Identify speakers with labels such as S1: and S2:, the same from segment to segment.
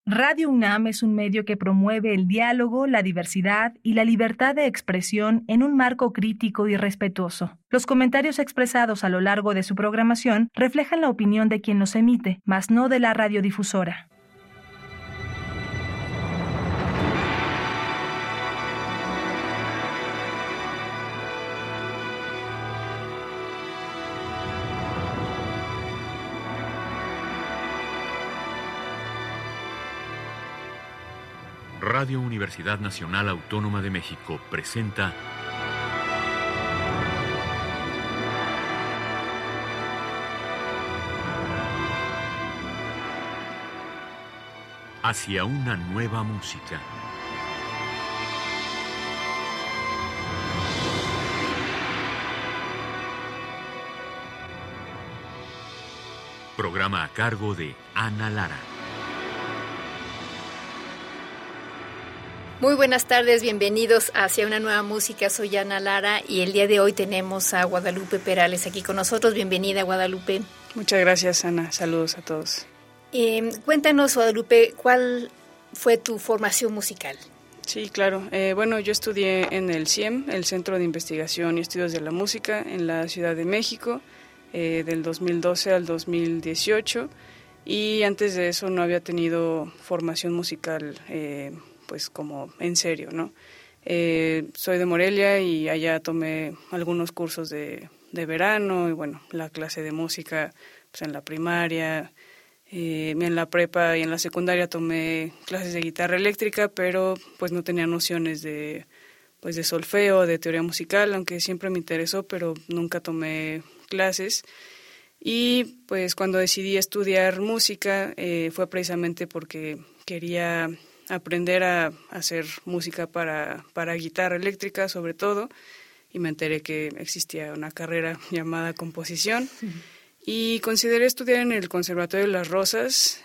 S1: Radio UNAM es un medio que promueve el diálogo, la diversidad y la libertad de expresión en un marco crítico y respetuoso. Los comentarios expresados a lo largo de su programación reflejan la opinión de quien los emite, mas no de la radiodifusora.
S2: Radio Universidad Nacional Autónoma de México presenta Hacia una nueva música. Programa a cargo de Ana Lara.
S3: Muy buenas tardes, bienvenidos hacia una nueva música. Soy Ana Lara y el día de hoy tenemos a Guadalupe Perales aquí con nosotros. Bienvenida, Guadalupe.
S4: Muchas gracias, Ana. Saludos a todos.
S3: Cuéntanos, Guadalupe, ¿cuál fue tu formación musical?
S4: Sí, claro. Bueno, yo estudié en el CIEM, el Centro de Investigación y Estudios de la Música, en la Ciudad de México, del 2012 al 2018. Y antes de eso no había tenido formación musical pues como en serio, ¿no? Soy de Morelia y allá tomé algunos cursos de verano y bueno, la clase de música pues en la primaria, en la prepa y en la secundaria tomé clases de guitarra eléctrica, pero pues no tenía nociones de solfeo, de teoría musical, aunque siempre me interesó, pero nunca tomé clases. Y pues cuando decidí estudiar música fue precisamente porque quería aprender a hacer música para guitarra eléctrica sobre todo, y me enteré que existía una carrera llamada composición. Sí. Y consideré estudiar en el Conservatorio de las Rosas,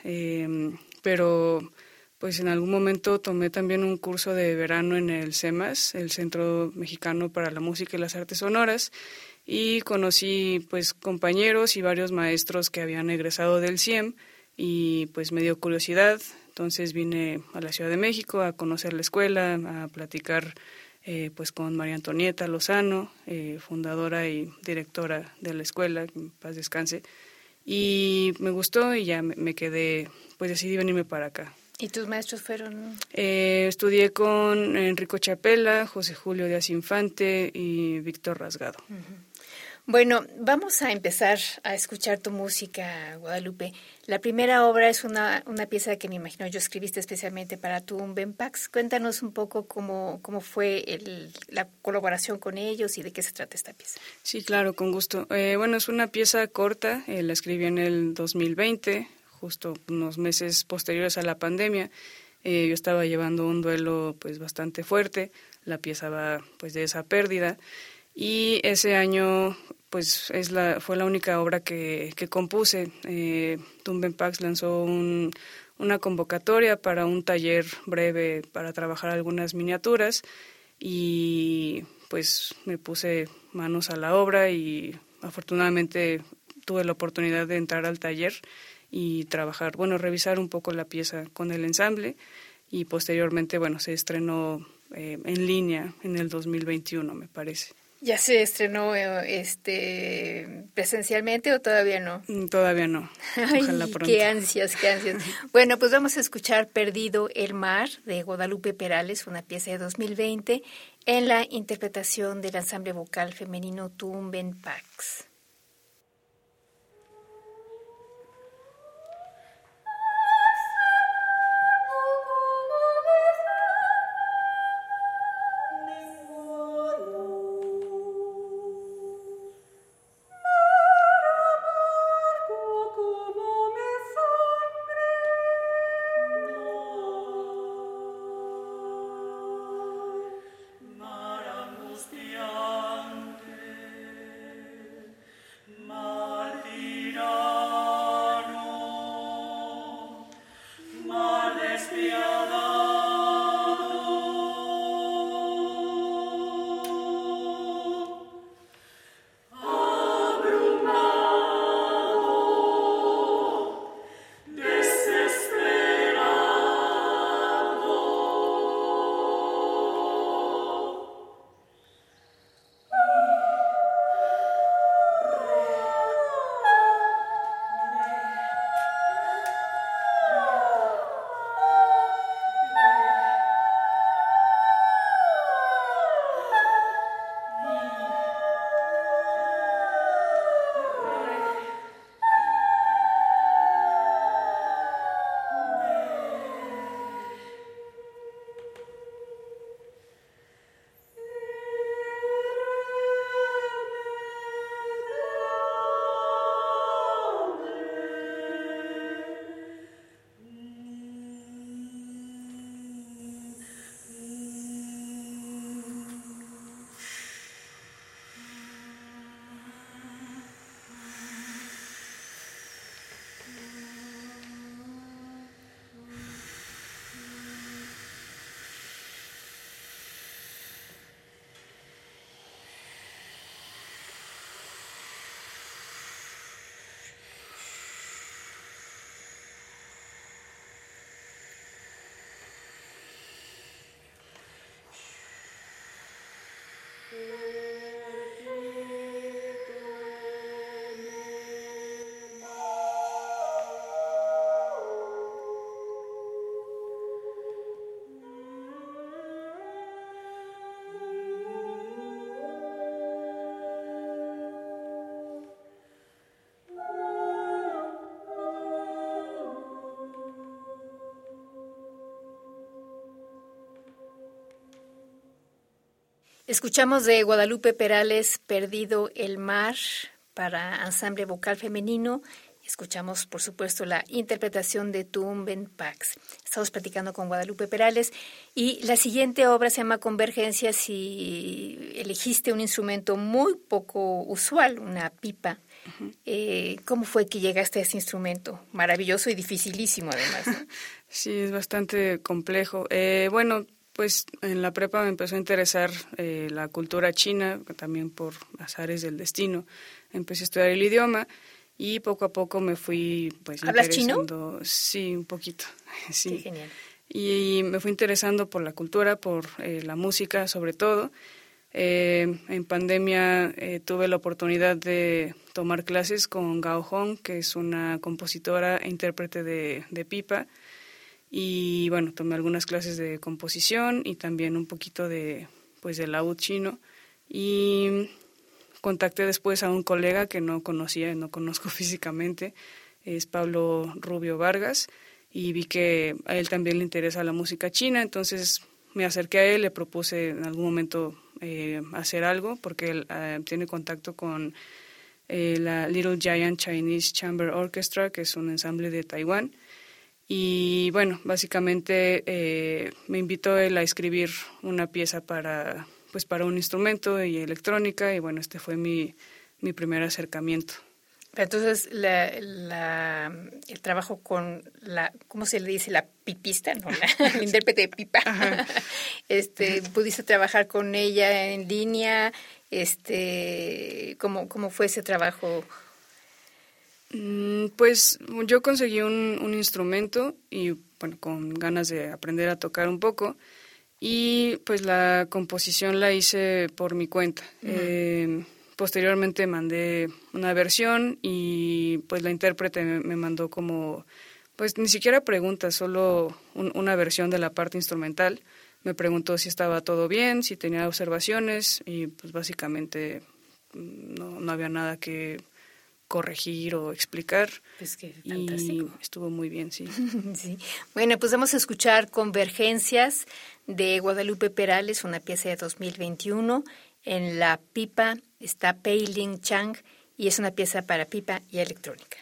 S4: pero pues en algún momento tomé también un curso de verano en el CEMAS, el Centro Mexicano para la Música y las Artes Sonoras, y conocí pues compañeros y varios maestros que habían egresado del CIEM y pues me dio curiosidad. Entonces vine a la Ciudad de México a conocer la escuela, a platicar pues con María Antonieta Lozano, fundadora y directora de la escuela, que en paz descanse, y me gustó y ya me quedé, pues decidí venirme para acá.
S3: ¿Y tus maestros fueron?
S4: Estudié con Enrico Chapela, José Julio Díaz Infante y Víctor Rasgado.
S3: Uh-huh. Bueno, vamos a empezar a escuchar tu música, Guadalupe. La primera obra es una pieza que me imagino yo escribiste especialmente para Tumbenpax. Cuéntanos un poco cómo fue la colaboración con ellos y de qué se trata esta pieza.
S4: Sí, claro, con gusto. Bueno, es una pieza corta, la escribí en el 2020, justo unos meses posteriores a la pandemia. Yo estaba llevando un duelo pues bastante fuerte, la pieza va pues de esa pérdida. Y ese año pues fue la única obra que compuse. Tumbenpax lanzó una convocatoria para un taller breve para trabajar algunas miniaturas y pues me puse manos a la obra y afortunadamente tuve la oportunidad de entrar al taller y trabajar, revisar un poco la pieza con el ensamble y posteriormente, se estrenó en línea en el 2021, me parece.
S3: ¿Ya se estrenó presencialmente o todavía no?
S4: Todavía no. Ojalá
S3: Ay,
S4: pronto.
S3: Qué ansias. Bueno, pues vamos a escuchar Perdido el Mar de Guadalupe Perales, una pieza de 2020, en la interpretación del ensamble vocal femenino Tumbenpax. Escuchamos de Guadalupe Perales, Perdido el Mar, para ensamble vocal femenino. Escuchamos, por supuesto, la interpretación de Tuumben Pax. Estamos platicando con Guadalupe Perales y la siguiente obra se llama Convergencias y elegiste un instrumento muy poco usual, una pipa. ¿Cómo fue que llegaste a este instrumento? Maravilloso y dificilísimo, además, ¿no?
S4: Sí, es bastante complejo. Bueno, pues en la prepa me empezó a interesar la cultura china, también por azares del destino. Empecé a estudiar el idioma y poco a poco me fui pues
S3: ¿Hablas
S4: interesando.
S3: chino?
S4: Sí, un poquito. Sí.
S3: Qué genial.
S4: Y me fui interesando por la cultura, por la música sobre todo. En pandemia tuve la oportunidad de tomar clases con Gao Hong, que es una compositora e intérprete de pipa. Y bueno, tomé algunas clases de composición y también un poquito de laúd chino. Y contacté después a un colega que no conocía, no conozco físicamente, es Pablo Rubio Vargas, y vi que a él también le interesa la música china, entonces me acerqué a él, le propuse en algún momento hacer algo, porque él tiene contacto con la Little Giant Chinese Chamber Orchestra, que es un ensamble de Taiwán. Y bueno, básicamente me invitó él a escribir una pieza para un instrumento y electrónica, y bueno, este fue mi primer acercamiento.
S3: Entonces, el trabajo con ¿cómo se le dice? La pipista, ¿no? El intérprete de pipa. ¿Pudiste trabajar con ella en línea? ¿Cómo fue ese trabajo?
S4: Pues yo conseguí un instrumento y bueno, con ganas de aprender a tocar un poco, y pues la composición la hice por mi cuenta. Uh-huh. Posteriormente mandé una versión y pues la intérprete me mandó como, pues ni siquiera preguntas, solo una versión de la parte instrumental. Me preguntó si estaba todo bien, si tenía observaciones, y pues básicamente no había nada que corregir o explicar.
S3: Pues qué fantástico.
S4: Y estuvo muy bien, sí.
S3: Sí. Bueno, pues vamos a escuchar Convergencias de Guadalupe Perales, una pieza de 2021. En la pipa está Pei Ling Chang y es una pieza para pipa y electrónica.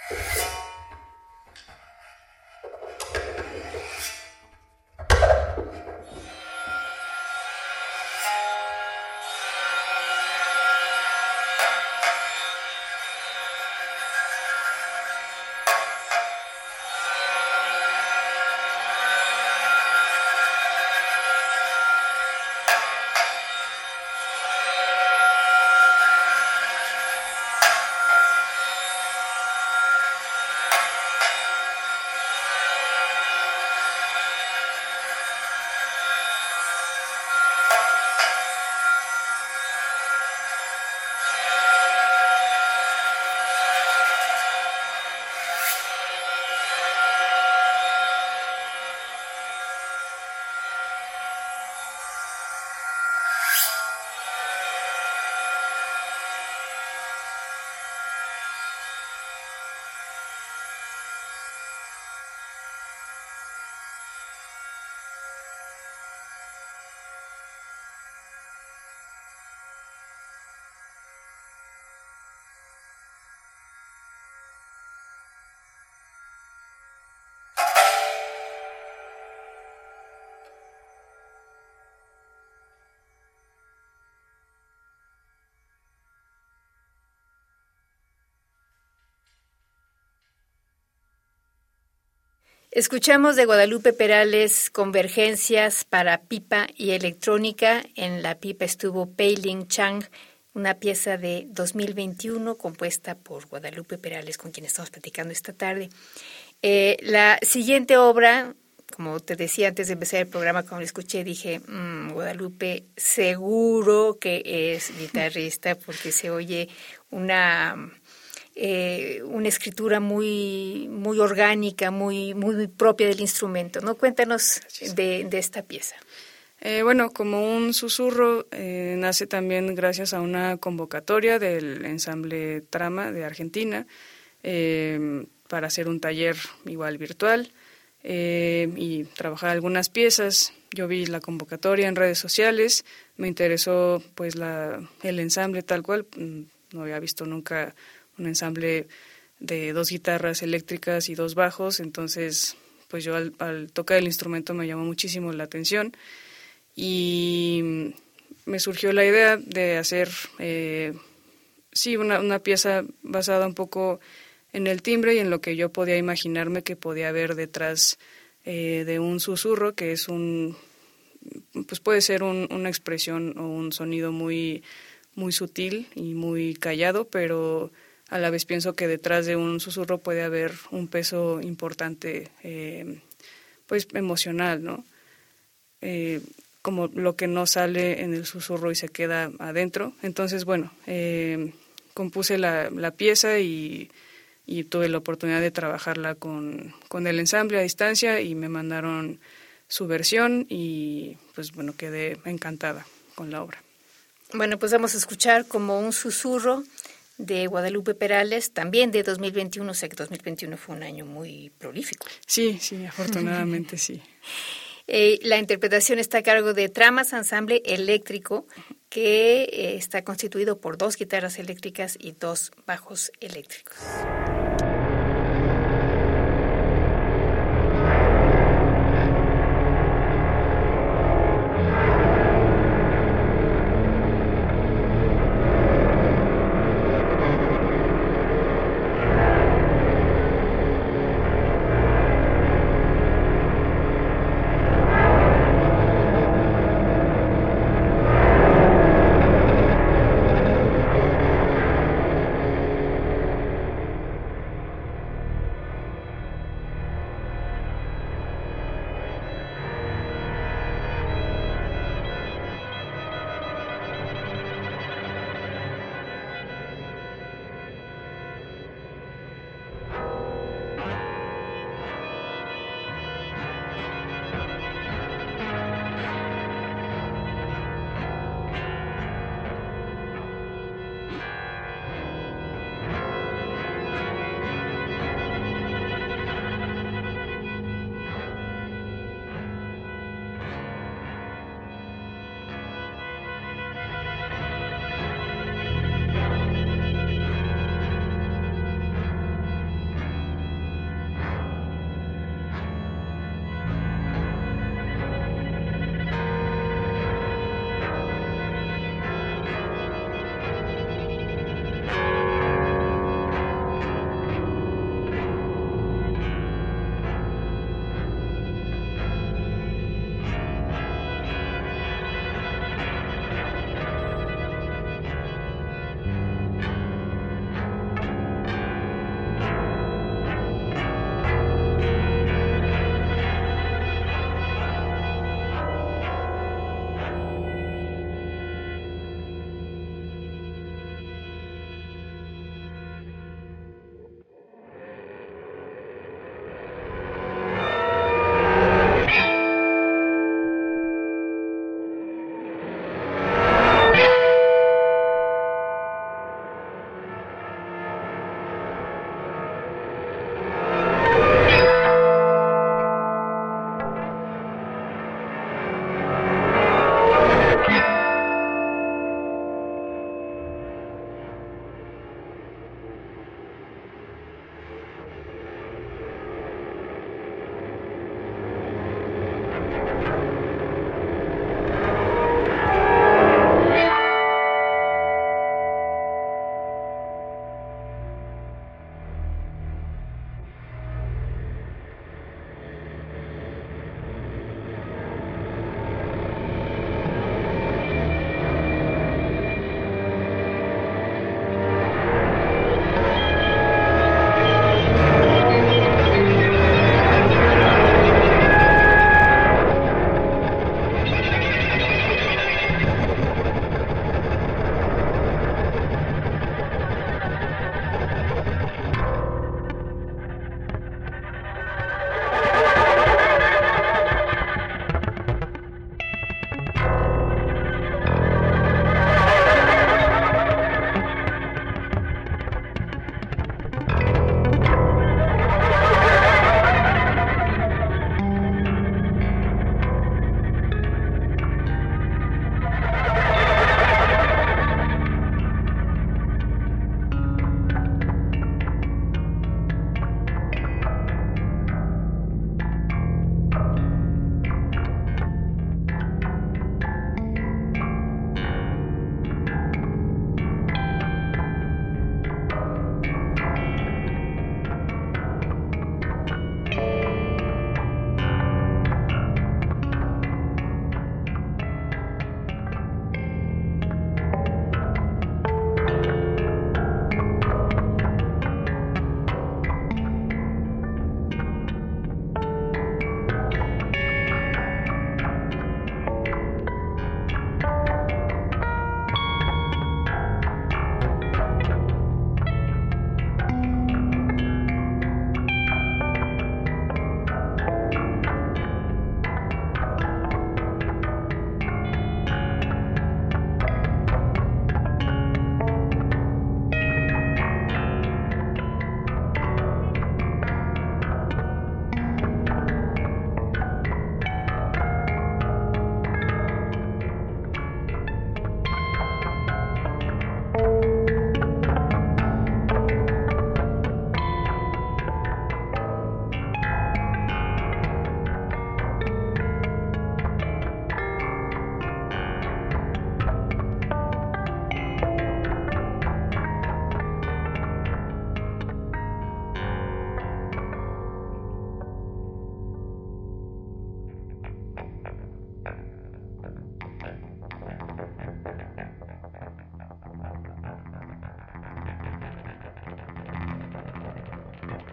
S3: Escuchamos de Guadalupe Perales Convergencias para pipa y electrónica. En la pipa estuvo Pei Ling Chang, una pieza de 2021 compuesta por Guadalupe Perales, con quien estamos platicando esta tarde. La siguiente obra, como te decía antes de empezar el programa, cuando lo escuché, dije, Guadalupe seguro que es guitarrista, porque se oye una escritura muy orgánica, muy propia del instrumento, ¿no? Cuéntanos de esta pieza.
S4: Bueno, como un susurro, nace también gracias a una convocatoria del ensamble Trama de Argentina para hacer un taller igual virtual y trabajar algunas piezas. Yo vi la convocatoria en redes sociales, me interesó pues el ensamble tal cual, no había visto nunca un ensamble de 2 guitarras eléctricas y 2 bajos, entonces pues yo al tocar el instrumento me llamó muchísimo la atención y me surgió la idea de hacer una pieza basada un poco en el timbre y en lo que yo podía imaginarme que podía haber detrás de un susurro, que es pues puede ser una expresión o un sonido muy sutil y muy callado, pero a la vez pienso que detrás de un susurro puede haber un peso importante, pues emocional, ¿no? Como lo que no sale en el susurro y se queda adentro. Entonces, bueno, compuse la pieza y tuve la oportunidad de trabajarla con el ensamble a distancia y me mandaron su versión y pues bueno, quedé encantada con la obra.
S3: Bueno, pues vamos a escuchar como un susurro de Guadalupe Perales, también de 2021, sé que 2021 fue un año muy prolífico.
S4: Sí, afortunadamente sí.
S3: La interpretación está a cargo de Tramas Ensamble Eléctrico, que está constituido por 2 guitarras eléctricas y 2 bajos eléctricos.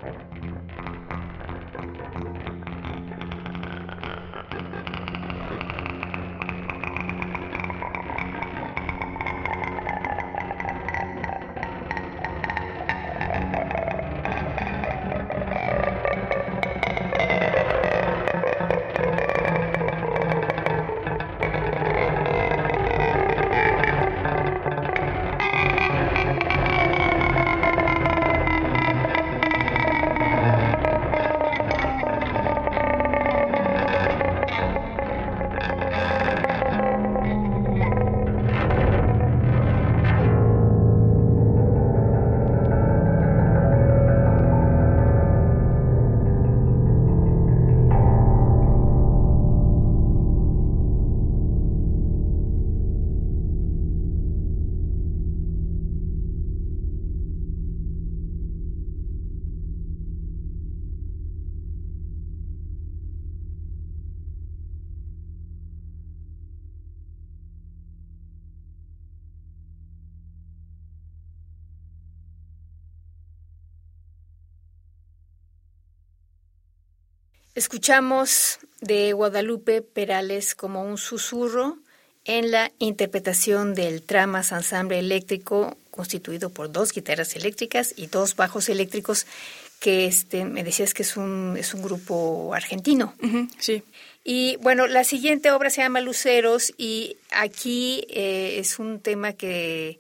S3: Escuchamos de Guadalupe Perales como un susurro en la interpretación del Tramas Ensamble Eléctrico, constituido por 2 guitarras eléctricas y 2 bajos eléctricos, que me decías que es un grupo argentino.
S4: Uh-huh, sí.
S3: Y bueno, la siguiente obra se llama Luceros, y aquí es un tema que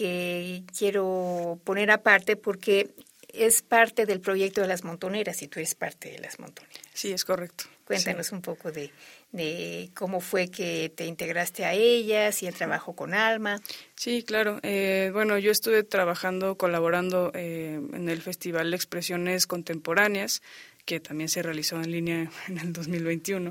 S3: quiero poner aparte porque es parte del proyecto de Las Montoneras, y tú eres parte de Las Montoneras.
S4: Sí, es correcto.
S3: Cuéntanos un poco de cómo fue que te integraste a ellas y el trabajo con Alma.
S4: Sí, claro. Bueno, yo estuve colaborando en el Festival de Expresiones Contemporáneas, que también se realizó en línea en el 2021.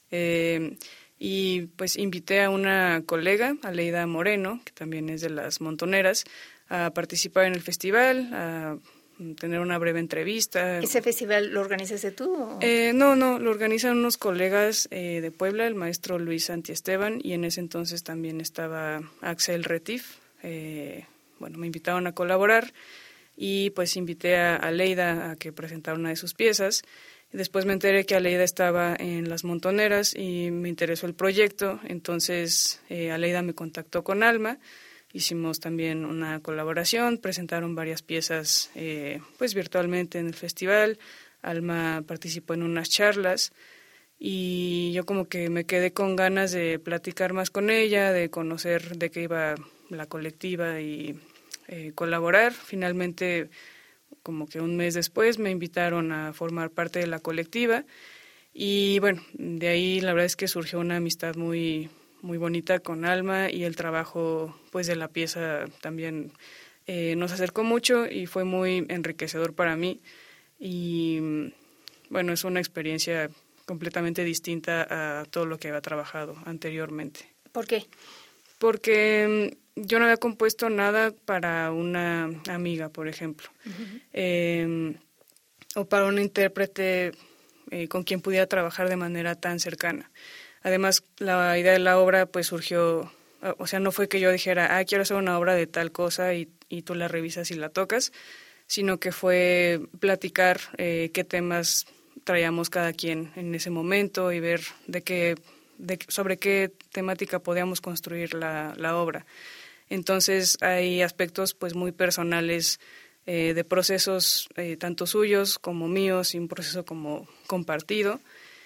S4: Y pues invité a una colega, Aleida Moreno, que también es de Las Montoneras, a participar en el festival, a tener una breve entrevista.
S3: ¿Ese festival lo organizaste tú? ¿O?
S4: No, lo organizan unos colegas de Puebla, el maestro Luis Santiesteban, y en ese entonces también estaba Axel Retif. Bueno, me invitaron a colaborar y pues invité a Aleida a que presentara una de sus piezas. Y después me enteré que Aleida estaba en Las Montoneras y me interesó el proyecto, entonces Aleida me contactó con Alma. Hicimos también una colaboración, presentaron varias piezas pues virtualmente en el festival. Alma participó en unas charlas y yo como que me quedé con ganas de platicar más con ella, de conocer de qué iba la colectiva y colaborar. Finalmente, como que un mes después, me invitaron a formar parte de la colectiva y bueno, de ahí la verdad es que surgió una amistad muy bonita con Alma, y el trabajo pues de la pieza también nos acercó mucho y fue muy enriquecedor para mí. Y bueno, es una experiencia completamente distinta a todo lo que había trabajado anteriormente.
S3: ¿Por qué?
S4: Porque yo no había compuesto nada para una amiga, por ejemplo, uh-huh. O para un intérprete con quien pudiera trabajar de manera tan cercana. Además, la idea de la obra pues surgió, o sea, no fue que yo dijera, quiero hacer una obra de tal cosa y tú la revisas y la tocas, sino que fue platicar qué temas traíamos cada quien en ese momento y ver sobre qué temática podíamos construir la obra. Entonces, hay aspectos pues muy personales de procesos tanto suyos como míos, y un proceso como compartido.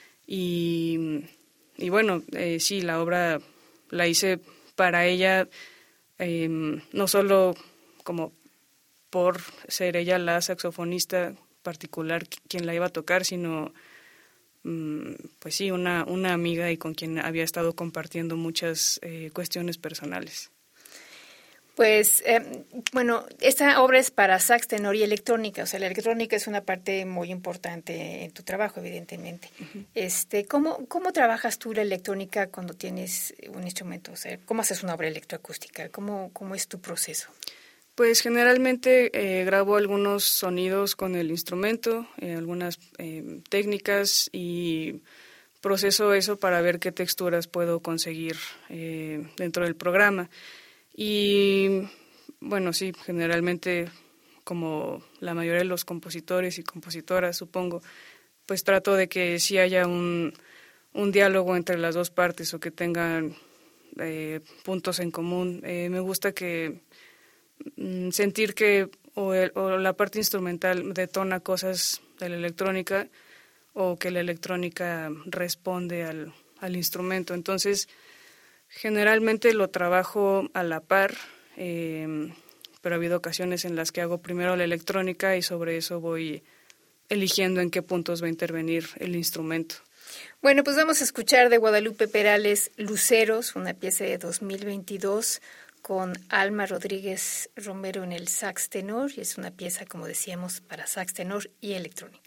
S4: Y bueno, sí, la obra la hice para ella, no solo como por ser ella la saxofonista particular quien la iba a tocar, sino pues sí, una amiga y con quien había estado compartiendo muchas cuestiones personales.
S3: Pues, bueno, esta obra es para sax, tenor y electrónica. O sea, la electrónica es una parte muy importante en tu trabajo, evidentemente. Uh-huh. ¿Cómo trabajas tú la electrónica cuando tienes un instrumento? O sea, ¿cómo haces una obra electroacústica? ¿Cómo es tu proceso?
S4: Pues generalmente grabo algunos sonidos con el instrumento, algunas técnicas, y proceso eso para ver qué texturas puedo conseguir dentro del programa. Y bueno, sí, generalmente como la mayoría de los compositores y compositoras, supongo, pues trato de que sí haya un diálogo entre las dos partes o que tengan puntos en común. Me gusta que sentir que o la parte instrumental detona cosas de la electrónica o que la electrónica responde al instrumento. Entonces, generalmente lo trabajo a la par, pero ha habido ocasiones en las que hago primero la electrónica y sobre eso voy eligiendo en qué puntos va a intervenir el instrumento.
S3: Bueno, pues vamos a escuchar de Guadalupe Perales Luceros, una pieza de 2022 con Alma Rodríguez Romero en el sax tenor, y es una pieza, como decíamos, para sax tenor y electrónica.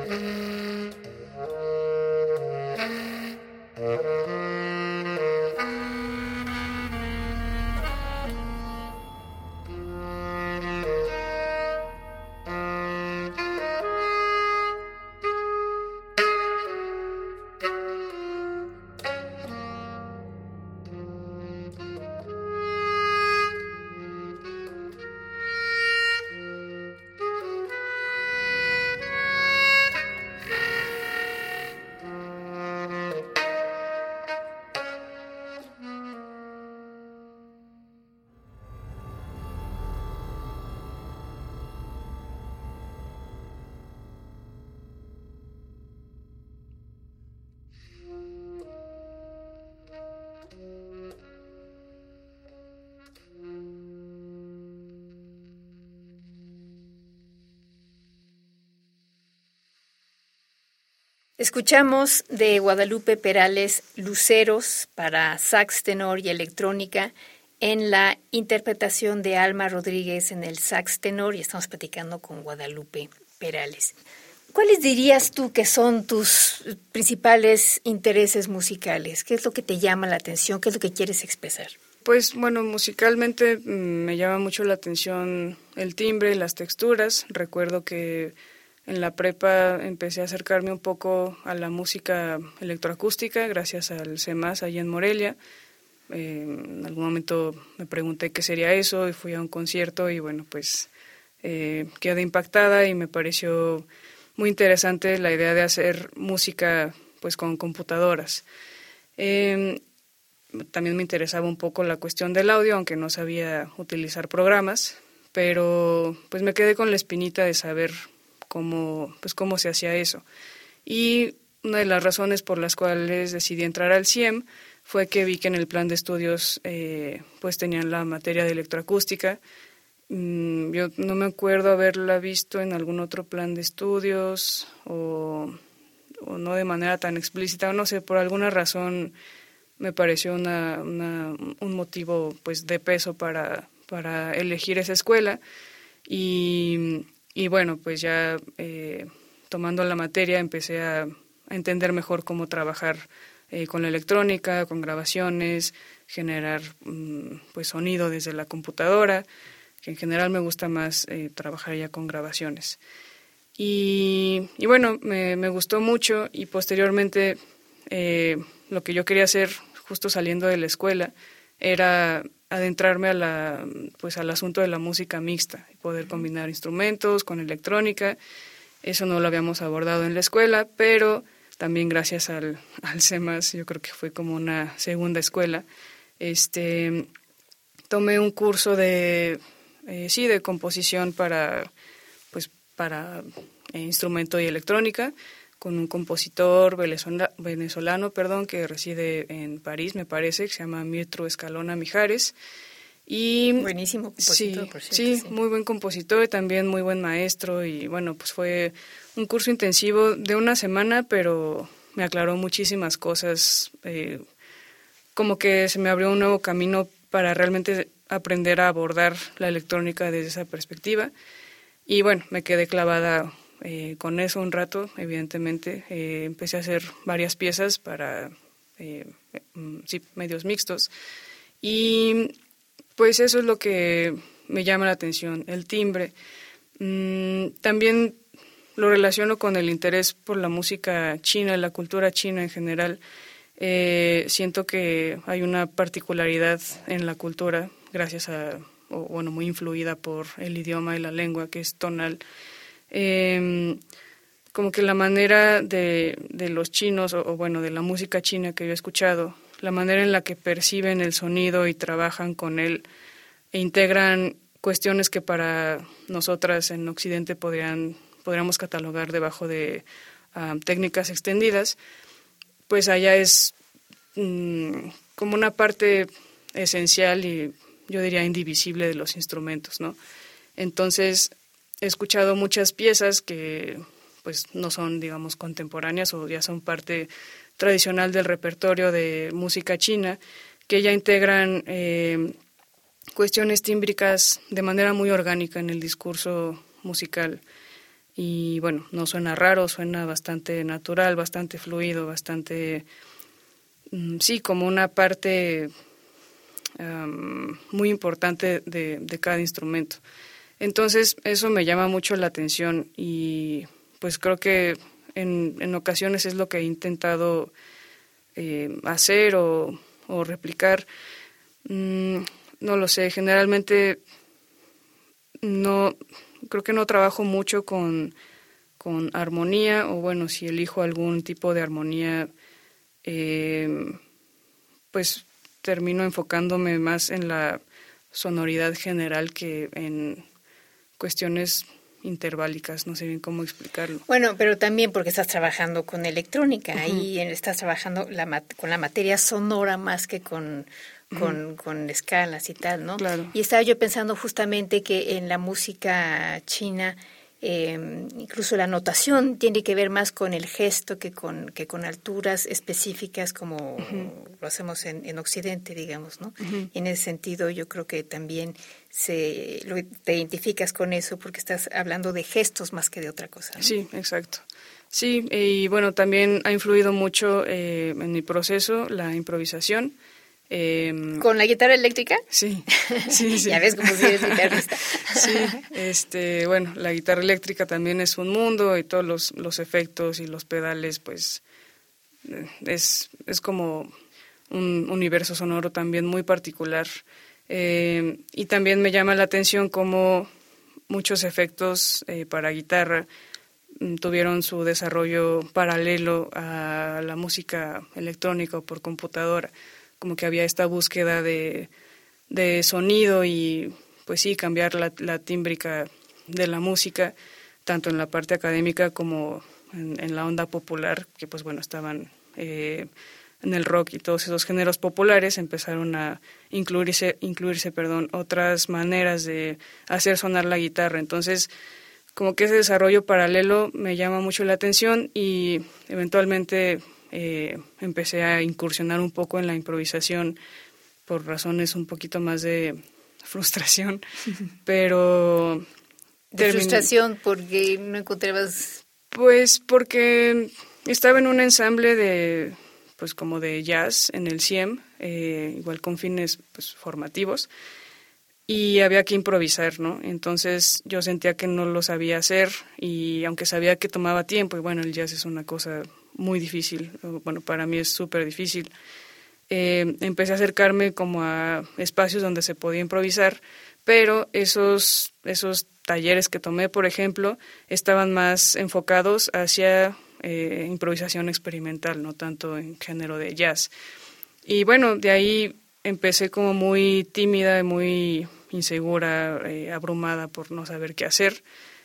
S3: Escuchamos de Guadalupe Perales Luceros para sax tenor y electrónica en la interpretación de Alma Rodríguez en el sax tenor, y estamos platicando con Guadalupe Perales. ¿Cuáles dirías tú que son tus principales intereses musicales? ¿Qué es lo que te llama la atención? ¿Qué es lo que quieres expresar?
S4: Pues bueno, musicalmente me llama mucho la atención el timbre, las texturas. Recuerdo que en la prepa empecé a acercarme un poco a la música electroacústica gracias al CEMAS allá en Morelia. En algún momento me pregunté qué sería eso y fui a un concierto y bueno, pues quedé impactada y me pareció muy interesante la idea de hacer música pues con computadoras. También me interesaba un poco la cuestión del audio, aunque no sabía utilizar programas, pero pues me quedé con la espinita de saber cómo se hacía eso. Y una de las razones por las cuales decidí entrar al CIEM fue que vi que en el plan de estudios pues tenían la materia de electroacústica. Yo no me acuerdo haberla visto en algún otro plan de estudios o no de manera tan explícita, no sé, por alguna razón me pareció un motivo pues de peso para elegir esa escuela y bueno, pues ya tomando la materia empecé a entender mejor cómo trabajar con la electrónica, con grabaciones, generar pues sonido desde la computadora, que en general me gusta más trabajar ya con grabaciones. Y bueno, me gustó mucho y posteriormente lo que yo quería hacer justo saliendo de la escuela era adentrarme al asunto de la música mixta y poder combinar instrumentos con electrónica. Eso no lo habíamos abordado en la escuela, pero también gracias al CEMAS, yo creo que fue como una segunda escuela. Tomé un curso de composición para instrumento y electrónica con un compositor venezolano, que reside en París, me parece, que se llama Mirtru Escalona Mijares. Y
S3: buenísimo compositor,
S4: sí,
S3: por cierto.
S4: Sí, muy buen compositor y también muy buen maestro. Y bueno, pues fue un curso intensivo de una semana, pero me aclaró muchísimas cosas. Como que se me abrió un nuevo camino para realmente aprender a abordar la electrónica desde esa perspectiva. Y bueno, me quedé clavada con eso un rato, evidentemente. Empecé a hacer varias piezas para medios mixtos. Y pues eso es lo que me llama la atención, el timbre. También lo relaciono con el interés por la música china, la cultura china en general. Siento que hay una particularidad en la cultura, muy influida por el idioma y la lengua, que es tonal. Como que la manera de los chinos, de la música china que yo he escuchado, la manera en la que perciben el sonido y trabajan con él e integran cuestiones que para nosotras en Occidente podríamos catalogar debajo de técnicas extendidas, pues allá es como una parte esencial y yo diría indivisible de los instrumentos, ¿no? Entonces he escuchado muchas piezas que pues no son, digamos, contemporáneas o ya son parte tradicional del repertorio de música china, que ya integran cuestiones tímbricas de manera muy orgánica en el discurso musical. y bueno, no suena raro, suena bastante natural, bastante fluido, bastante, sí, como una parte muy importante de cada instrumento. Entonces eso me llama mucho la atención y pues creo que en ocasiones es lo que he intentado hacer o replicar. No lo sé, generalmente creo que no trabajo mucho con armonía, o bueno, si elijo algún tipo de armonía, pues termino enfocándome más en la sonoridad general que en cuestiones interválicas, no sé bien cómo explicarlo.
S3: Bueno, pero también porque estás trabajando con electrónica, ahí estás trabajando con la materia sonora más que con escalas y tal, ¿no?
S4: Claro.
S3: Y estaba yo pensando justamente que en la música china, incluso la notación tiene que ver más con el gesto que con alturas específicas como lo hacemos en Occidente, digamos, ¿no? Y en ese sentido yo creo que también te identificas con eso porque estás hablando de gestos más que de otra cosa, ¿no?
S4: Sí, exacto. Sí, y bueno, también ha influido mucho en mi proceso la improvisación.
S3: ¿Con la guitarra eléctrica?
S4: Sí, sí, sí.
S3: Ya ves cómo si eres guitarrista.
S4: Sí, bueno, la guitarra eléctrica también es un mundo y todos los efectos y los pedales, pues es como un universo sonoro también muy particular. Y también me llama la atención cómo muchos efectos para guitarra tuvieron su desarrollo paralelo a la música electrónica o por computadora. Como que había esta búsqueda de sonido y pues sí, cambiar la tímbrica de la música, tanto en la parte académica como en la onda popular, que pues bueno, estaban en el rock y todos esos géneros populares, empezaron a incluirse otras maneras de hacer sonar la guitarra. Entonces, como que ese desarrollo paralelo me llama mucho la atención y eventualmente empecé a incursionar un poco en la improvisación por razones un poquito más de frustración, pero...
S3: ¿Frustración porque no encontrabas...?
S4: Pues porque estaba en un ensamble pues como de jazz en el CIEM, igual con fines pues formativos, y había que improvisar, ¿no? Entonces yo sentía que no lo sabía hacer y aunque sabía que tomaba tiempo, y bueno, el jazz es una cosa muy difícil, bueno, para mí es súper difícil, empecé a acercarme como a espacios donde se podía improvisar, pero esos talleres que tomé, por ejemplo, estaban más enfocados hacia improvisación experimental, no tanto en género de jazz. Y bueno, de ahí empecé como muy tímida, muy insegura, abrumada por no saber qué hacer,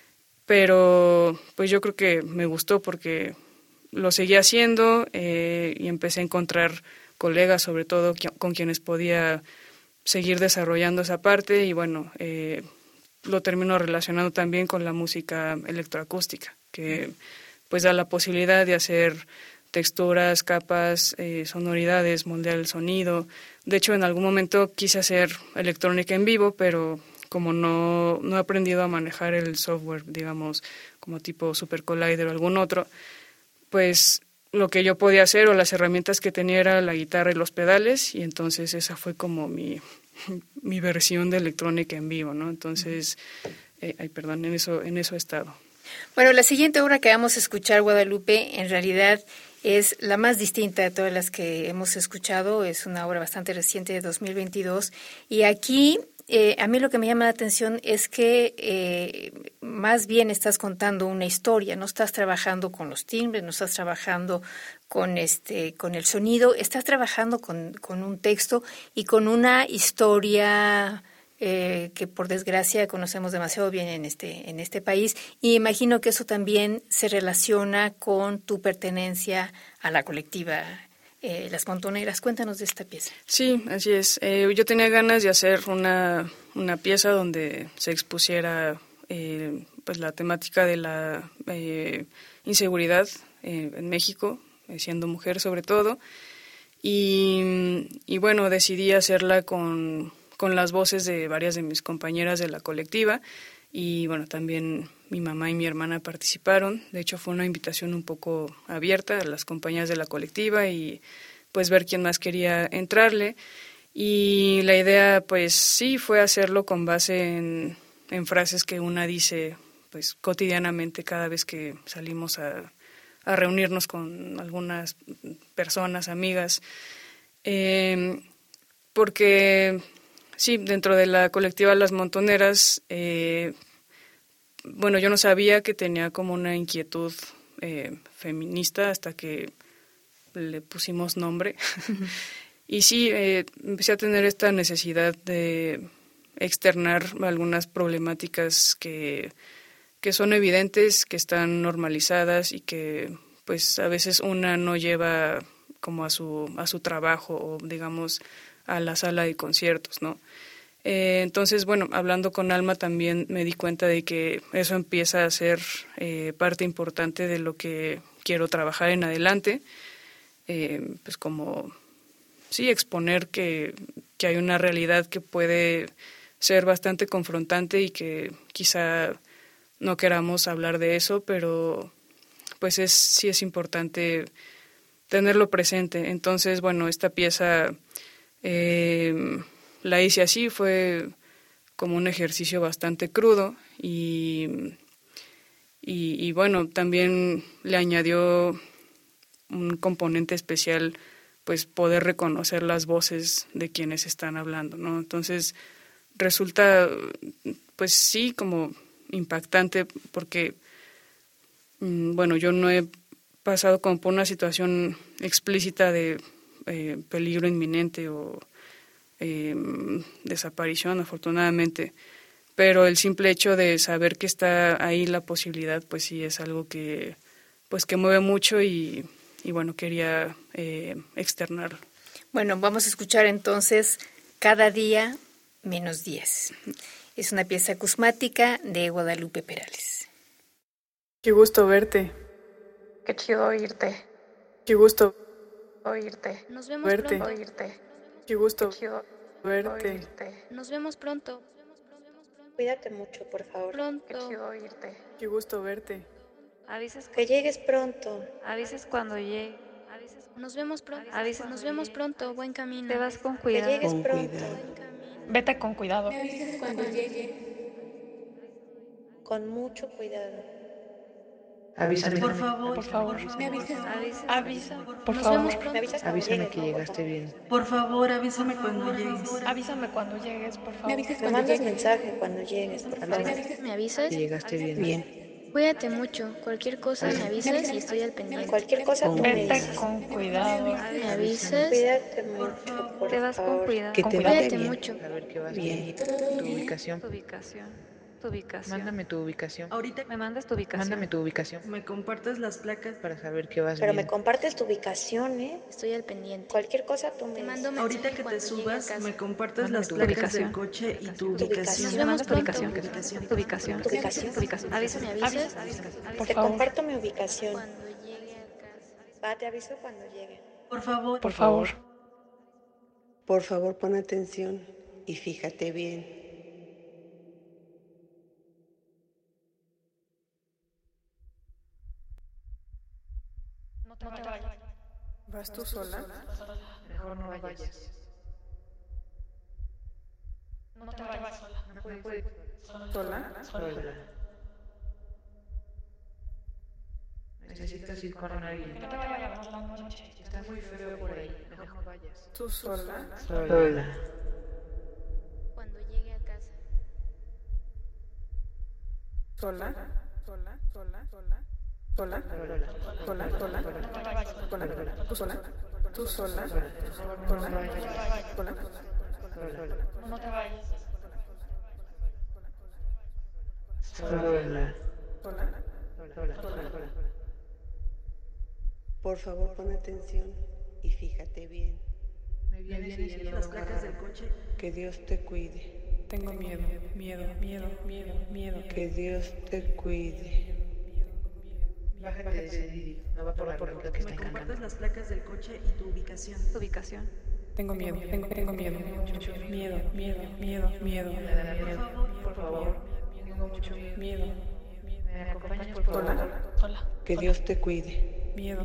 S4: pero pues yo creo que me gustó porque lo seguí haciendo y empecé a encontrar colegas, sobre todo con quienes podía seguir desarrollando esa parte y bueno, lo termino relacionando también con la música electroacústica, que pues da la posibilidad de hacer texturas, capas, sonoridades, moldear el sonido. De hecho, en algún momento quise hacer electrónica en vivo, pero como no he aprendido a manejar el software, digamos, como tipo Super Collider o algún otro, pues lo que yo podía hacer o las herramientas que tenía era la guitarra y los pedales, y entonces esa fue como mi versión de electrónica en vivo, ¿no? Entonces, en eso he estado.
S3: Bueno, la siguiente obra que vamos a escuchar, Guadalupe, en realidad es la más distinta de todas las que hemos escuchado. Es una obra bastante reciente de 2022. Y aquí, a mí lo que me llama la atención es que más bien estás contando una historia. No estás trabajando con los timbres, no estás trabajando con el sonido. Estás trabajando con un texto y con una historia que por desgracia conocemos demasiado bien en este país, y imagino que eso también se relaciona con tu pertenencia a la colectiva Las Montoneras. Cuéntanos de esta pieza.
S4: Sí, así es. Yo tenía ganas de hacer una pieza donde se expusiera pues la temática de la inseguridad en México, siendo mujer sobre todo, y bueno, decidí hacerla con las voces de varias de mis compañeras de la colectiva y bueno, también mi mamá y mi hermana participaron. De hecho, fue una invitación un poco abierta a las compañías de la colectiva y pues ver quién más quería entrarle. Y la idea, pues sí, fue hacerlo con base en frases que una dice pues cotidianamente cada vez que salimos a reunirnos con algunas personas, amigas, porque sí, dentro de la colectiva Las Montoneras, bueno, yo no sabía que tenía como una inquietud feminista hasta que le pusimos nombre. Y sí, empecé a tener esta necesidad de externar algunas problemáticas que son evidentes, que están normalizadas y que pues a veces una no lleva como a su trabajo o digamos a la sala de conciertos, ¿no? Entonces, bueno, hablando con Alma también me di cuenta de que eso empieza a ser parte importante de lo que quiero trabajar en adelante, pues como, sí, exponer que hay una realidad que puede ser bastante confrontante y que quizá no queramos hablar de eso, pero pues sí es importante tenerlo presente. Entonces, bueno, esta pieza la hice así, fue como un ejercicio bastante crudo y bueno, también le añadió un componente especial, pues poder reconocer las voces de quienes están hablando, ¿no? Entonces resulta, pues sí, como impactante porque, bueno, yo no he pasado como por una situación explícita de peligro inminente o desaparición, afortunadamente, pero el simple hecho de saber que está ahí la posibilidad, pues sí es algo que mueve mucho y bueno, quería externarlo.
S3: Bueno, vamos a escuchar entonces Cada día menos 10. Es una pieza acusmática de Guadalupe Perales.
S4: Qué gusto verte.
S3: Qué chido oírte.
S4: Qué gusto
S3: oírte.
S5: Nos vemos
S4: verte.
S5: pronto.
S3: Oírte.
S4: Qué gusto
S3: Qué chido
S4: verte.
S3: oírte.
S5: Nos vemos pronto.
S6: Cuídate mucho, por favor.
S3: Qué
S5: Pronto.
S3: chido oírte.
S4: Qué gusto verte.
S7: Avises
S6: Que llegues pronto.
S7: avises cuando llegue.
S5: Nos vemos pronto.
S7: Avises
S5: Nos vemos pronto. Buen camino.
S7: Te vas con
S6: Que
S7: cuidado.
S6: llegues pronto.
S5: Buen camino.
S8: Vete con cuidado.
S6: Me avises cuando llegue. Con mucho cuidado.
S9: Avísame.
S8: Por favor.
S6: Me avisas.
S8: Avisa. Por
S5: Nos
S8: favor.
S5: vemos pronto.
S6: Me avisas cuando
S9: Avísame
S6: llegues,
S9: que
S6: ¿no?
S9: llegaste bien.
S8: Por favor, avísame cuando llegues. Avísame cuando llegues, por
S6: Me
S8: favor.
S6: avisas cuando mandas mensaje cuando llegues, por favor.
S5: ¿Me avisas?
S9: Que llegaste bien.
S6: Bien.
S5: Cuídate mucho. Cualquier cosa me avisas y estoy al pendiente.
S6: Cualquier cosa tú me
S8: Vete
S6: dices.
S8: con cuidado.
S5: ¿Me avisas?
S6: Cuídate mucho, por
S7: Te vas con
S6: favor.
S7: cuidado.
S9: Que te vaya
S5: Cuídate
S9: bien.
S5: mucho.
S9: A ver qué vas
S6: Bien.
S9: Tu ubicación.
S7: Tu ubicación. Tu ubicación.
S9: Mándame tu ubicación.
S8: Ahorita
S7: ¿Me mandas tu ubicación?
S9: Mándame tu ubicación
S8: me compartes las placas.
S9: para saber que vas
S6: Pero
S9: bien.
S6: me compartes tu ubicación, ¿eh?
S5: Estoy al pendiente.
S6: Cualquier cosa tú me
S5: Te
S6: dices.
S5: mando
S8: Ahorita
S5: mensaje
S8: que te
S5: cuando llegue a
S8: subas,
S5: casa.
S8: me compartes
S9: Mándame
S8: las
S9: tu
S8: placas
S7: ubicación.
S8: del coche y tu
S6: Tu
S8: ubicación.
S6: ubicación.
S7: ¿Me mandas tu
S5: Pronto.
S7: ubicación? Tu ubicación.
S6: ¿Tu ubicación?
S7: Tu ubicación.
S5: ¿Me avisas?
S8: Por
S6: Te
S8: favor.
S6: comparto mi ubicación.
S5: Cuando llegue a casa.
S6: Va, te aviso cuando llegue.
S8: Por favor. Por favor.
S10: Por favor, pon atención y fíjate bien.
S8: No te vayas.
S4: ¿Vas tú sola?
S9: Mejor no vayas.
S8: No te vayas sola.
S9: No puedes.
S4: ¿Sola?
S9: Sola. Necesitas ir con alguien.
S8: No te vayas por la noche.
S9: Está muy feo por ahí. Mejor no vayas.
S4: ¿Tú sola?
S9: Sola.
S5: Cuando llegue a casa.
S4: ¿Sola? ¿Sola? ¿Sola? ¿Sola? ¿Sola? ¿Sola? ¿Sola? ¿Sola? ¿Tú sola? ¿Tú sola? ¿Sola? ¿Sola?
S8: No te vayas.
S9: Sola.
S4: ¿Sola?
S10: Por favor, pon atención y fíjate bien.
S9: Me vienes siguiendo
S8: Las placas del coche.
S10: Que Dios te cuide.
S4: Tengo miedo, miedo, miedo, miedo, miedo.
S10: Que Dios te cuide.
S9: Bájate de ese Didi. No va por la ruta que está
S8: Me compartes
S9: encantando.
S8: las placas del coche y tu ubicación.
S7: Tu ubicación.
S4: Tengo miedo, tengo miedo. Miedo, miedo, miedo, miedo.
S9: Me da miedo. Por favor. tengo mucho miedo. ¿Me acompañas por favor?
S8: Hola.
S10: Que Dios te cuide.
S4: Miedo.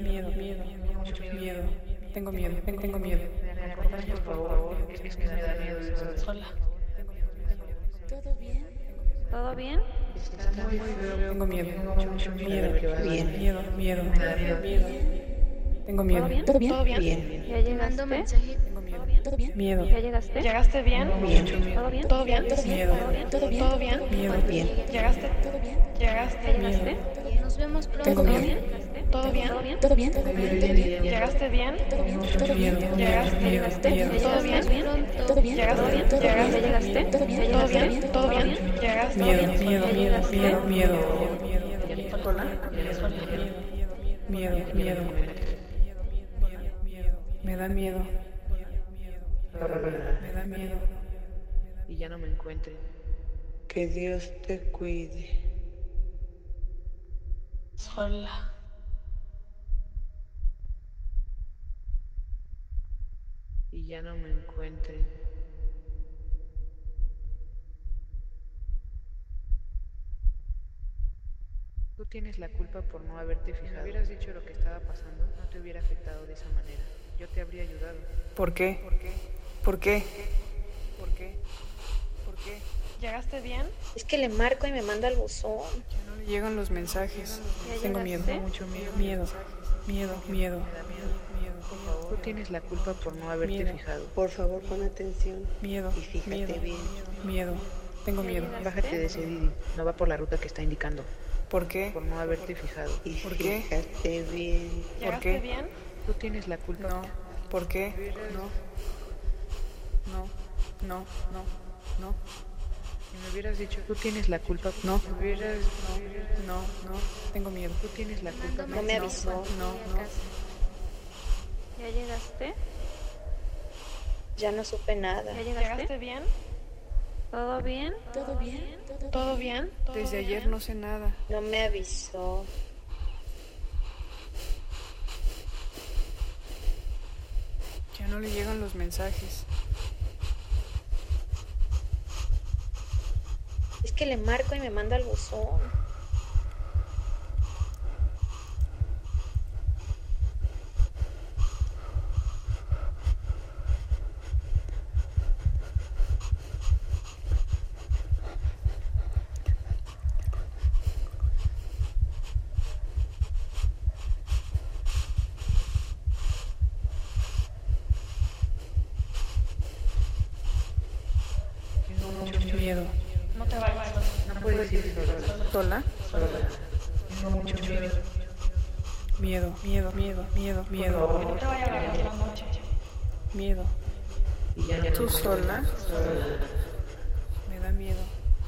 S4: Tengo miedo.
S9: ¿Me acompañas por favor? Es que me da miedo.
S8: Hola.
S5: ¿Todo bien?
S7: ¿Todo bien?
S9: Está muy feo.
S4: Tengo miedo.
S9: Tengo mucho miedo.
S4: Miedo.
S9: Me da miedo.
S4: Tengo miedo.
S7: ¿Todo bien?
S8: ¿Todo bien?
S5: ¿Todo bien?
S10: Bien.
S7: ¿Ya
S5: Te
S7: llegaste?
S5: mando mensaje.
S4: Tengo miedo.
S5: ¿Todo bien?
S4: Miedo.
S7: ¿Ya llegaste?
S8: ¿Llegaste bien?
S10: Bien.
S7: ¿Todo bien?
S8: ¿Todo bien?
S4: Miedo.
S8: ¿Todo bien? ¿Todo bien?
S4: Miedo.
S10: Bien.
S8: ¿Llegaste?
S5: ¿Todo bien?
S8: ¿Llegaste?
S7: ¿Ya llegaste?
S5: Nos vemos pronto.
S4: Tengo
S7: ¿Todo
S4: miedo.
S7: bien?
S8: ¿Todo bien?
S7: ¿Todo bien?
S5: ¿Todo bien?
S8: ¿Llegaste bien?
S4: Miedo.
S8: ¿Llegaste?
S7: ¿Ya
S8: ¿Todo bien?
S7: llegaste bien?
S5: ¿Todo bien?
S8: ¿Llegaste?
S7: ¿Ya llegaste?
S5: ¿Todo bien?
S7: ¿Ya
S8: ¿Todo
S7: llegaste?
S8: bien? ¿Todo bien? ¿Llegaste?
S4: Miedo.
S9: Hola.
S4: Miedo. Me da miedo.
S9: Y ya no me encuentren.
S10: Que Dios te cuide.
S8: Hola.
S9: Y ya no me encuentren. Tú tienes la culpa por no haberte fijado. Si me hubieras dicho lo que estaba pasando, no te hubiera afectado de esa manera. Yo te habría ayudado.
S4: ¿Por qué?
S8: ¿Llegaste bien?
S6: Es que le marco y me manda al buzón.
S4: Ya no le llegan los mensajes.
S7: ¿Ya
S4: Tengo miedo.
S7: llegaste?
S9: Mucho miedo.
S4: Miedo.
S9: Tú tienes la culpa por no haberte
S4: Miedo.
S9: fijado.
S10: Por favor, pon atención
S4: Miedo.
S10: y fíjate bien.
S4: Miedo. Tengo miedo.
S9: Bájate de ese Didi. No va por la ruta que está indicando.
S4: ¿Por qué?
S9: Por no haberte fijado.
S10: Y
S4: ¿Por qué?
S10: fíjate bien.
S8: ¿Llegaste
S4: qué?
S8: bien?
S9: Tú tienes la culpa.
S4: No. ¿Por qué? No.
S9: Si me hubieras dicho, tú tienes la culpa.
S4: No.
S9: Si me hubieras...
S4: No. Tengo miedo.
S9: Tú tienes la culpa.
S6: No me avisó.
S4: No.
S7: ¿Ya llegaste?
S6: Ya no supe nada.
S7: ¿Ya llegaste?
S8: ¿Llegaste bien?
S7: ¿Todo bien?
S5: ¿Todo bien?
S8: ¿Todo bien?
S4: Desde ayer no sé nada.
S6: No me avisó.
S4: Ya no le llegan los mensajes.
S6: Es que le marco y me manda al buzón.
S9: Tengo mucho
S4: Miedo.
S8: No te vayas.
S9: No puedes ir sola.
S4: ¿Sola?
S9: Tengo mucho miedo.
S4: Miedo.
S8: No te vayas a agarrar la noche.
S4: Miedo.
S9: Y ya
S4: ¿Tú sola? Me da miedo.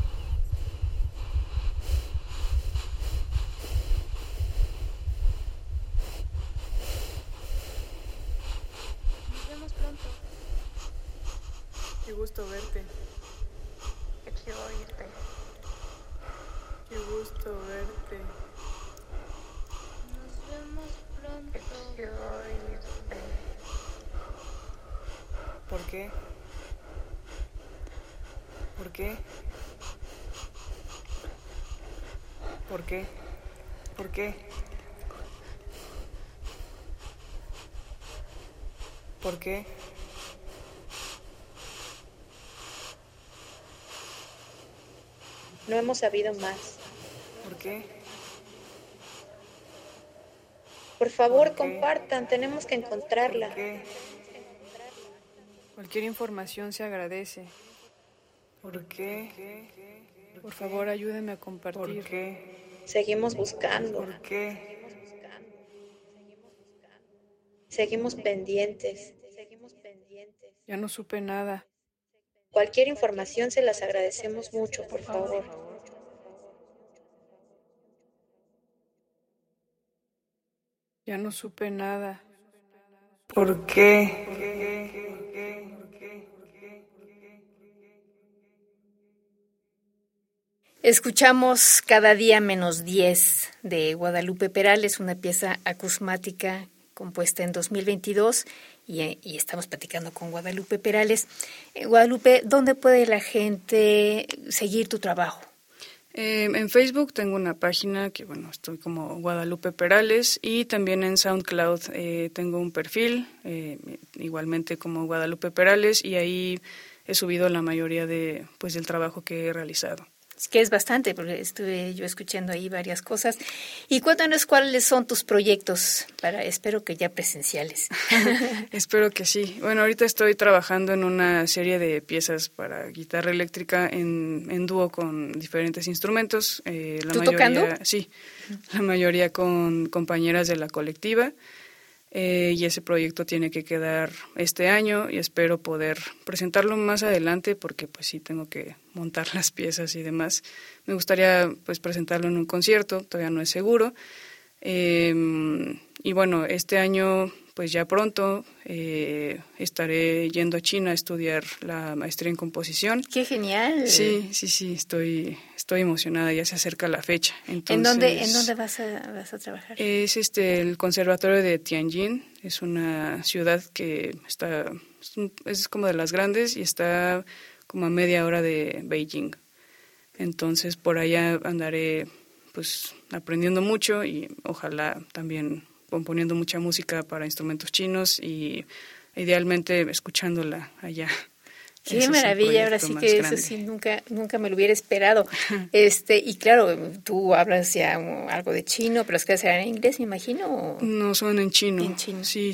S5: Nos vemos pronto.
S4: Qué gusto verte.
S7: Qué chido oírte.
S4: Qué gusto verte.
S5: Nos vemos
S7: Qué
S5: pronto.
S7: chido oírte.
S4: ¿Por qué? ¿Por qué? ¿Por qué? ¿Por qué? ¿Por qué?
S6: No hemos sabido más.
S4: ¿Por qué?
S6: Por favor,
S4: ¿Por qué?
S6: compartan. Tenemos que encontrarla.
S4: ¿Por qué? Cualquier información se agradece. ¿Por qué? Por favor, ayúdeme a compartir. ¿Por qué?
S6: Seguimos buscando.
S4: ¿Por qué?
S6: Seguimos pendientes.
S4: Ya no supe nada.
S6: Cualquier información se las agradecemos mucho, por favor.
S4: Ya no supe nada. ¿Por qué?
S3: Escuchamos Cada día menos 10 de Guadalupe Perales, una pieza acusmática compuesta en 2022 y estamos platicando con Guadalupe Perales. Guadalupe, ¿dónde puede la gente seguir tu trabajo?
S4: En Facebook tengo una página que, estoy como Guadalupe Perales, y también en SoundCloud tengo un perfil, igualmente como Guadalupe Perales, y ahí he subido la mayoría del trabajo que he realizado.
S3: Es que es bastante, porque estuve yo escuchando ahí varias cosas. Y cuéntanos cuáles son tus proyectos, espero que ya presenciales.
S4: Espero que sí. Bueno, ahorita estoy trabajando en una serie de piezas para guitarra eléctrica en dúo con diferentes instrumentos.
S3: ¿Tú tocando?
S4: Sí, la mayoría con compañeras de la colectiva. Y ese proyecto tiene que quedar este año y espero poder presentarlo más adelante porque pues sí tengo que montar las piezas y demás. Me gustaría pues presentarlo en un concierto, todavía no es seguro. Y bueno, este año pues ya pronto estaré yendo a China a estudiar la maestría en composición.
S3: ¡Qué genial!
S4: Sí, estoy emocionada, ya se acerca la fecha.
S3: Entonces, ¿En dónde vas a trabajar?
S4: Es el Conservatorio de Tianjin, es una ciudad que es como de las grandes y está como a media hora de Beijing. Entonces por allá andaré pues aprendiendo mucho y ojalá también componiendo mucha música para instrumentos chinos y idealmente escuchándola allá.
S3: Qué maravilla, ahora sí que grande. Eso sí nunca me lo hubiera esperado. Y claro, tú hablas ya algo de chino, pero las clases eran en inglés, me imagino.
S4: No, son en chino.
S3: En chino.
S4: Sí.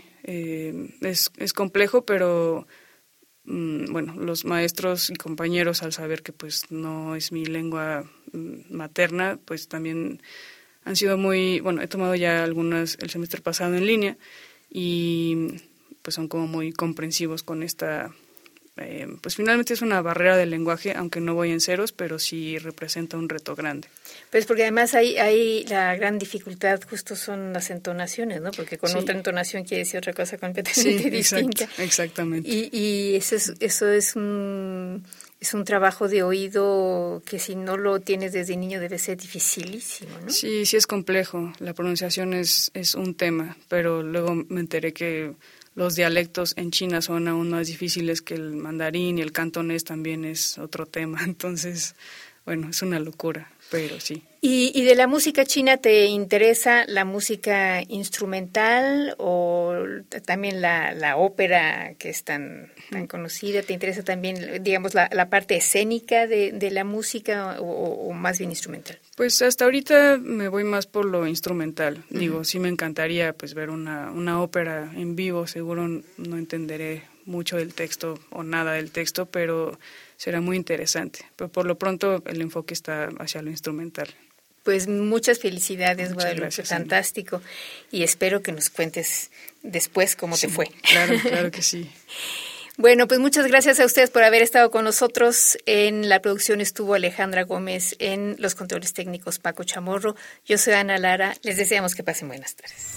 S4: Es complejo, pero los maestros y compañeros al saber que pues no es mi lengua materna, pues también han sido he tomado ya algunas el semestre pasado en línea y pues son como muy comprensivos con esta, pues finalmente es una barrera del lenguaje, aunque no voy en ceros, pero sí representa un reto grande.
S3: Pues porque además hay la gran dificultad justo son las entonaciones, ¿no? Porque con otra entonación quiere decir otra cosa completamente distinta.
S4: Exactamente.
S3: Y eso es un trabajo de oído que si no lo tienes desde niño debe ser dificilísimo, ¿no?
S4: Sí es complejo. La pronunciación es un tema, pero luego me enteré que los dialectos en China son aún más difíciles que el mandarín y el cantonés también es otro tema. Entonces, es una locura, pero sí.
S3: ¿Y de la música china te interesa la música instrumental o también la ópera que es tan conocida? ¿Te interesa también, digamos, la parte escénica de la música o más bien instrumental?
S4: Pues hasta ahorita me voy más por lo instrumental. Digo, sí me encantaría pues ver una ópera en vivo. Seguro no entenderé mucho del texto o nada del texto, pero será muy interesante. Pero por lo pronto el enfoque está hacia lo instrumental.
S3: Pues muchas felicidades, Guadalupe,
S4: gracias,
S3: fantástico. Y espero que nos cuentes después cómo te fue.
S4: Claro que sí.
S3: Bueno, pues muchas gracias a ustedes por haber estado con nosotros. En la producción estuvo Alejandra Gómez, en los controles técnicos Paco Chamorro. Yo soy Ana Lara. Les deseamos que pasen buenas tardes.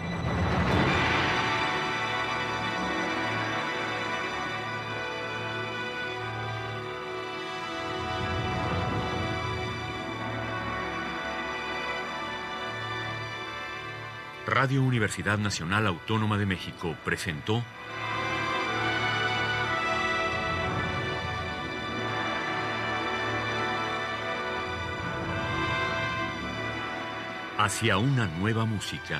S2: Radio Universidad Nacional Autónoma de México presentó Hacia una nueva música.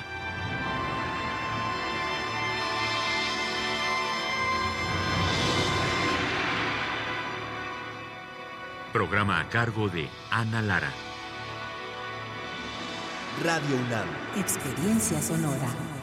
S2: Programa a cargo de Ana Lara.
S11: Radio UNAM.
S12: Experiencia sonora.